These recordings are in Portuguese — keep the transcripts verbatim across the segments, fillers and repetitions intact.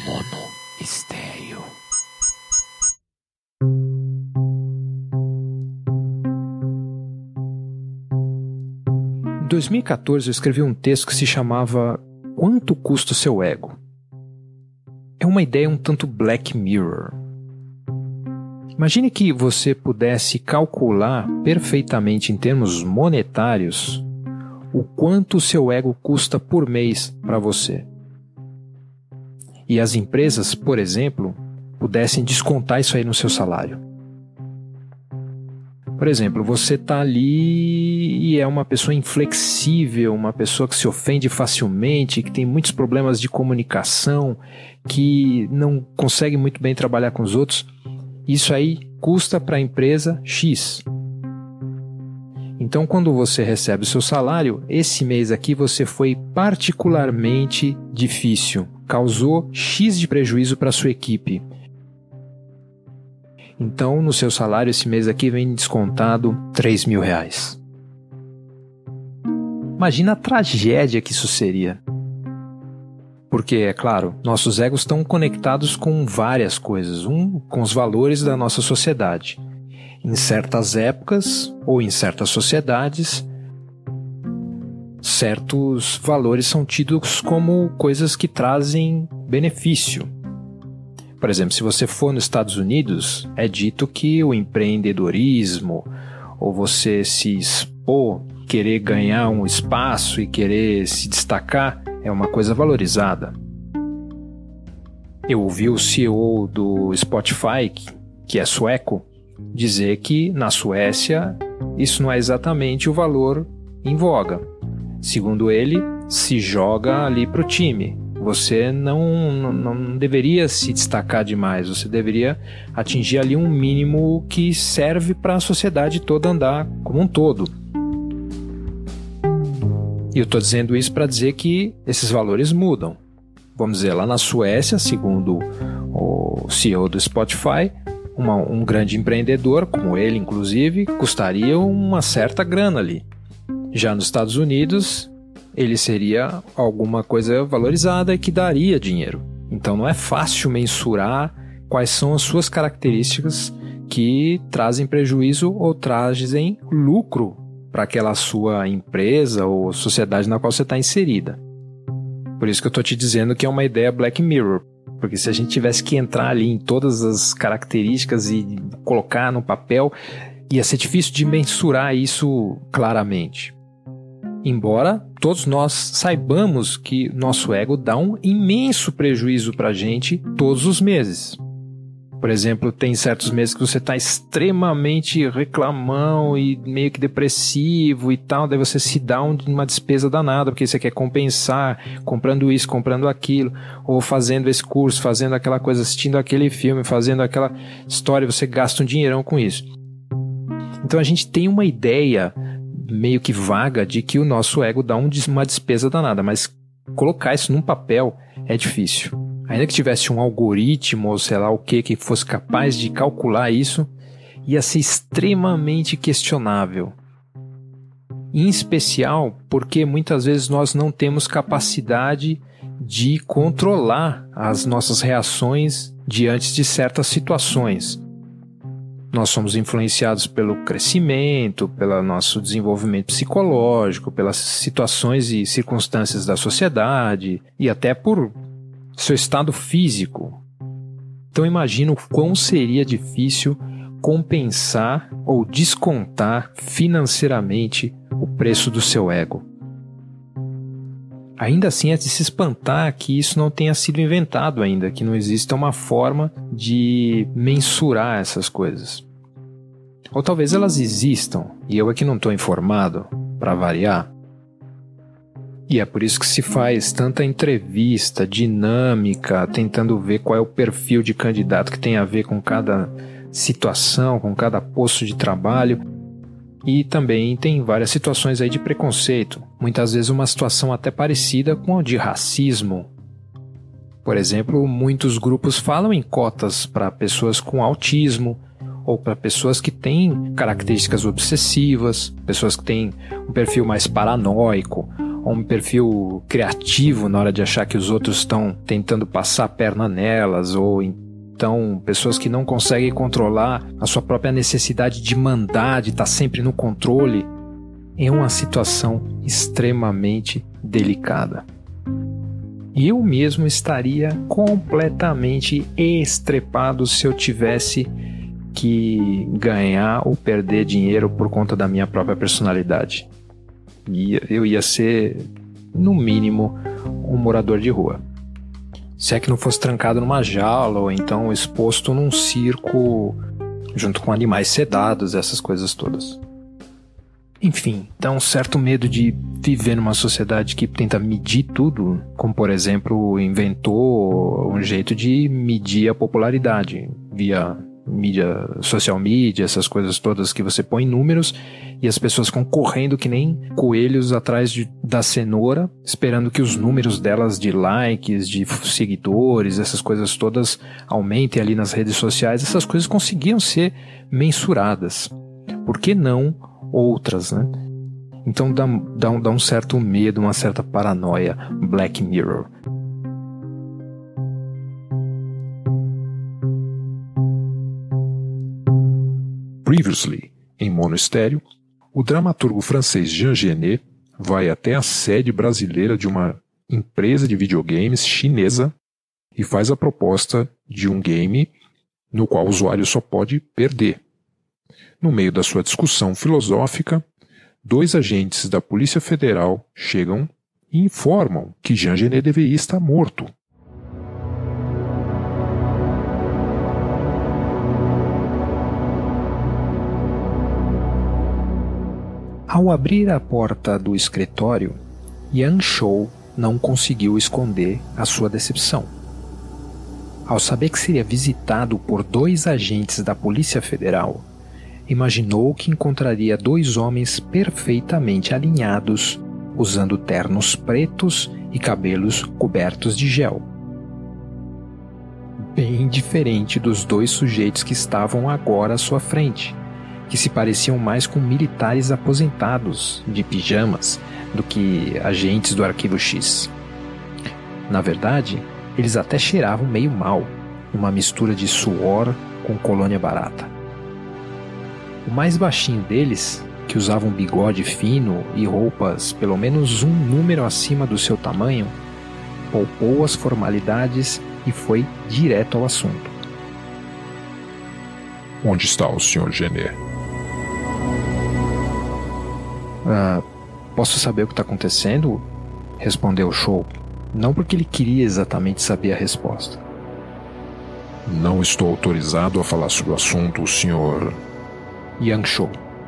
Mono Estéreo. Em dois mil e quatorze eu escrevi um texto que se chamava Quanto Custa o Seu Ego? É uma ideia um tanto Black Mirror. Imagine que você pudesse calcular perfeitamente em termos monetários o quanto o seu ego custa por mês para você. E as empresas, por exemplo, pudessem descontar isso aí no seu salário. Por exemplo, você está ali e é uma pessoa inflexível, uma pessoa que se ofende facilmente, que tem muitos problemas de comunicação, que não consegue muito bem trabalhar com os outros. Isso aí custa para a empresa X. Então, quando você recebe o seu salário, esse mês aqui você foi particularmente difícil, causou X de prejuízo para a sua equipe. Então, no seu salário, esse mês aqui vem descontado três mil reais. Imagina a tragédia que isso seria. Porque, é claro, nossos egos estão conectados com várias coisas. Um, com os valores da nossa sociedade. Em certas épocas, ou em certas sociedades, certos valores são tidos como coisas que trazem benefício. Por exemplo, se você for nos Estados Unidos, é dito que o empreendedorismo, ou você se expor, querer ganhar um espaço e querer se destacar, é uma coisa valorizada. Eu ouvi o C E O do Spotify, que é sueco, dizer que na Suécia isso não é exatamente o valor em voga. Segundo ele, se joga ali para o time. Você não, não, não deveria se destacar demais, você deveria atingir ali um mínimo que serve para a sociedade toda andar como um todo. E eu estou dizendo isso para dizer que esses valores mudam. Vamos dizer, lá na Suécia, segundo o C E O do Spotify, uma, um grande empreendedor, como ele inclusive, custaria uma certa grana ali. Já nos Estados Unidos, ele seria alguma coisa valorizada e que daria dinheiro. Então não é fácil mensurar quais são as suas características que trazem prejuízo ou trazem lucro para aquela sua empresa ou sociedade na qual você está inserida. Por isso que eu estou te dizendo que é uma ideia Black Mirror. Porque se a gente tivesse que entrar ali em todas as características e colocar no papel, ia ser difícil de mensurar isso claramente. Embora todos nós saibamos que nosso ego dá um imenso prejuízo para a gente todos os meses. Por exemplo, tem certos meses que você está extremamente reclamão e meio que depressivo e tal, daí você se dá uma despesa danada, porque você quer compensar, comprando isso, comprando aquilo, ou fazendo esse curso, fazendo aquela coisa, assistindo aquele filme, fazendo aquela história, você gasta um dinheirão com isso. Então a gente tem uma ideia meio que vaga de que o nosso ego dá um, uma despesa danada, mas colocar isso num papel é difícil. Ainda que tivesse um algoritmo ou sei lá o que que fosse capaz de calcular isso, ia ser extremamente questionável. Em especial porque muitas vezes nós não temos capacidade de controlar as nossas reações diante de certas situações. Nós somos influenciados pelo crescimento, pelo nosso desenvolvimento psicológico, pelas situações e circunstâncias da sociedade e até por seu estado físico. Então imagina o quão seria difícil compensar ou descontar financeiramente o preço do seu ego. Ainda assim é de se espantar que isso não tenha sido inventado ainda, que não exista uma forma de mensurar essas coisas. Ou talvez elas existam e eu é que não estou informado, para variar. E é por isso que se faz tanta entrevista, dinâmica, tentando ver qual é o perfil de candidato que tem a ver com cada situação, com cada posto de trabalho. E também tem várias situações aí de preconceito, muitas vezes uma situação até parecida com a de racismo. Por exemplo, muitos grupos falam em cotas para pessoas com autismo, ou para pessoas que têm características obsessivas, pessoas que têm um perfil mais paranoico, ou um perfil criativo na hora de achar que os outros estão tentando passar a perna nelas, ou então pessoas que não conseguem controlar a sua própria necessidade de mandar, de estar sempre no controle, é uma situação extremamente delicada. Eu mesmo estaria completamente estrepado se eu tivesse que ganhar ou perder dinheiro por conta da minha própria personalidade. E eu ia ser, no mínimo, um morador de rua. Se é que não fosse trancado numa jaula ou então exposto num circo junto com animais sedados, essas coisas todas. Enfim, dá um certo medo de viver numa sociedade que tenta medir tudo, como por exemplo inventou um jeito de medir a popularidade via mídia, social media, essas coisas todas que você põe números e as pessoas ficam correndo que nem coelhos atrás de, da cenoura, esperando que os números delas de likes, de seguidores, essas coisas todas aumentem ali nas redes sociais. Essas coisas conseguiam ser mensuradas. Por que não outras, né? Então dá, dá, um, dá um certo medo, uma certa paranoia. Black Mirror. Previously, em mono estéreo, o dramaturgo francês Jean Genet vai até a sede brasileira de uma empresa de videogames chinesa e faz a proposta de um game no qual o usuário só pode perder. No meio da sua discussão filosófica, dois agentes da Polícia Federal chegam e informam que Jean Genet deveria estar morto. Ao abrir a porta do escritório, Yang Shou não conseguiu esconder a sua decepção. Ao saber que seria visitado por dois agentes da Polícia Federal, imaginou que encontraria dois homens perfeitamente alinhados, usando ternos pretos e cabelos cobertos de gel. Bem diferente dos dois sujeitos que estavam agora à sua frente, que se pareciam mais com militares aposentados, de pijamas, do que agentes do Arquivo X. Na verdade, eles até cheiravam meio mal, uma mistura de suor com colônia barata. O mais baixinho deles, que usava um bigode fino e roupas pelo menos um número acima do seu tamanho, poupou as formalidades e foi direto ao assunto. Onde está o senhor Genet? Ah, posso saber o que está acontecendo? Respondeu Shou, não porque ele queria exatamente saber a resposta. Não estou autorizado a falar sobre o assunto, senhor Yang Shou.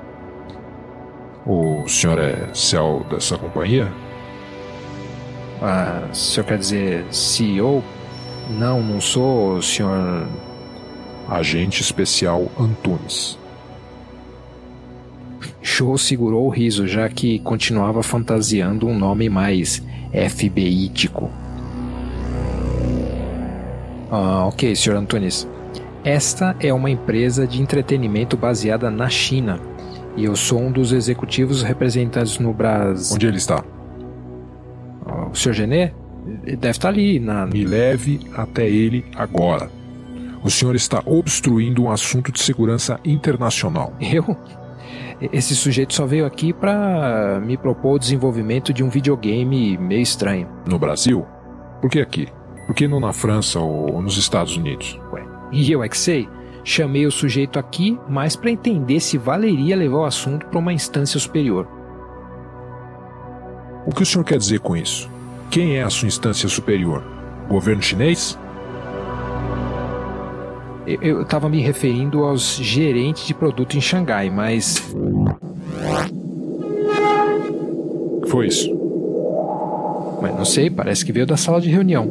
O senhor é C E O dessa companhia? Ah, o senhor quer dizer C E O? Não, não sou, senhor... Agente especial Antunes. Shou segurou o riso, já que continuava fantasiando um nome mais F B I-tico. Ah, ok, senhor Antunes. Esta é uma empresa de entretenimento baseada na China e eu sou um dos executivos representantes no Brasil. Onde ele está? O senhor Genet? Deve estar ali na... Me leve até ele agora. O senhor está obstruindo um assunto de segurança internacional. Eu? Esse sujeito só veio aqui para me propor o desenvolvimento de um videogame meio estranho. No Brasil? Por que aqui? Por que não na França ou nos Estados Unidos? Ué, e eu é que sei. Chamei o sujeito aqui mais para entender se valeria levar o assunto para uma instância superior. O que o senhor quer dizer com isso? Quem é a sua instância superior? O governo chinês? Eu estava me referindo aos gerentes de produto em Xangai, mas... O que foi isso? Mas não sei, parece que veio da sala de reunião.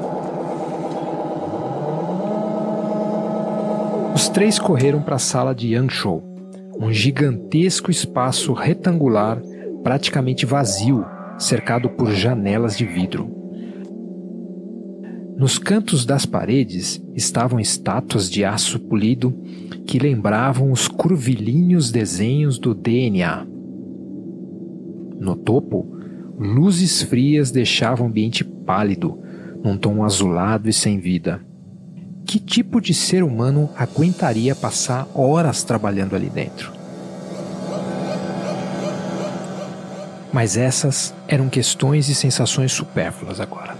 Os três correram para a sala de Yang Shou, um gigantesco espaço retangular, praticamente vazio, cercado por janelas de vidro. Nos cantos das paredes estavam estátuas de aço polido que lembravam os curvilíneos desenhos do D N A. No topo, Luzes frias deixavam o ambiente pálido, num tom azulado e sem vida. Que tipo de ser humano aguentaria passar horas trabalhando ali dentro? Mas essas eram questões e sensações supérfluas agora.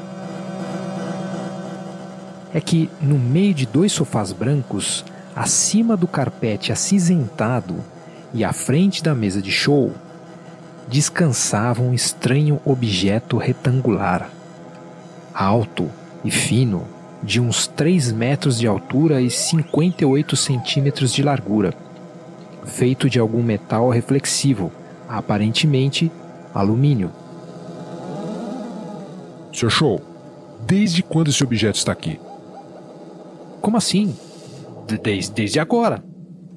É que, no meio de dois sofás brancos, acima do carpete acinzentado e à frente da mesa de show, descansava um estranho objeto retangular, alto e fino, de uns três metros de altura e cinquenta e oito centímetros de largura, feito de algum metal reflexivo, aparentemente alumínio. senhor Shaw, desde quando esse objeto está aqui? Como assim? Desde, desde agora.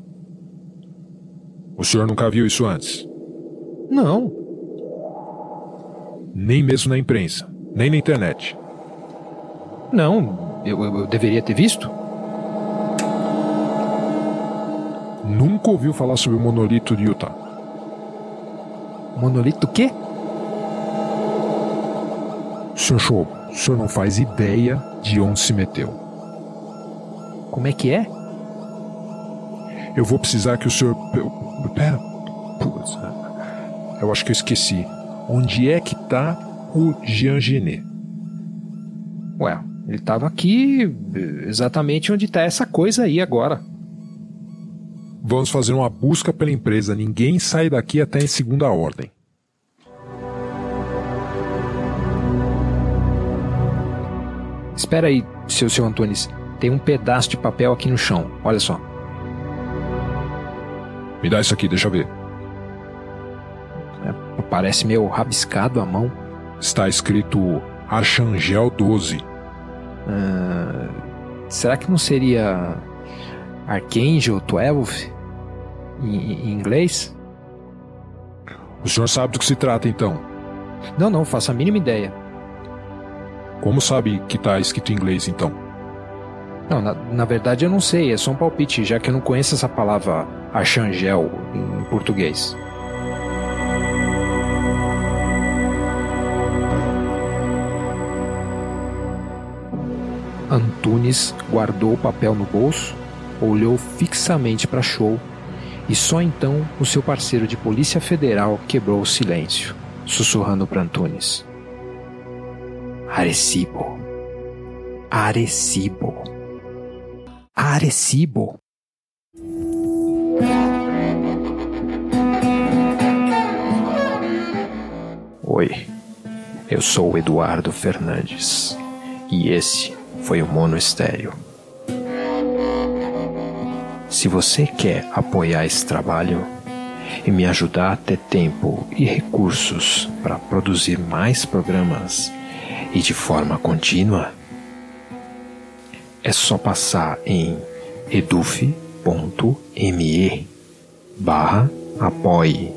O senhor nunca viu isso antes? Não. Nem mesmo na imprensa, nem na internet? Não, eu, eu, eu deveria ter visto. Nunca ouviu falar sobre o monolito de Utah? Monolito do quê? senhor Shaw, o senhor não faz ideia de onde se meteu. Como é que é? Eu vou precisar que o senhor... Pera. Putz. Eu acho que eu esqueci. Onde é que tá o Jean Genet? Ué, ele estava aqui exatamente onde está essa coisa aí agora. Vamos fazer uma busca pela empresa. Ninguém sai daqui até em segunda ordem. Espera aí, seu, seu Antunes. Tem um pedaço de papel aqui no chão. Olha só. Me dá isso aqui, deixa eu ver. É, parece meio rabiscado à mão. Está escrito Archangel doze. Ah, será que não seria Archangel doze em, em inglês? O senhor sabe do que se trata, então? Não, não, faço a mínima ideia. Como sabe que está escrito em inglês, então? Não, na, na verdade eu não sei, é só um palpite, já que eu não conheço essa palavra Archangel em português. Antunes guardou o papel no bolso, olhou fixamente para Shaw e só então o seu parceiro de polícia federal quebrou o silêncio, sussurrando para Antunes: Arecibo. Arecibo. Arecibo. Oi, eu sou o Eduardo Fernandes e esse foi o Mono Estéreo. Se você quer apoiar esse trabalho e me ajudar a ter tempo e recursos para produzir mais programas e de forma contínua, é só passar em eduf.me barra apoie.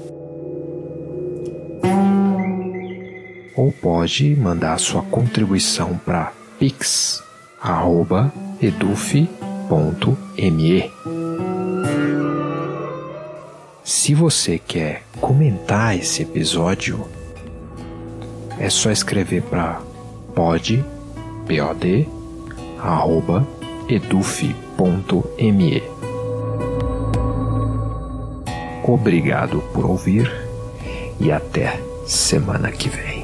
Ou pode mandar sua contribuição para pix arroba eduf.me. Se você quer comentar esse episódio, é só escrever para pod, pod, arroba eduf.me. Obrigado por ouvir e até semana que vem.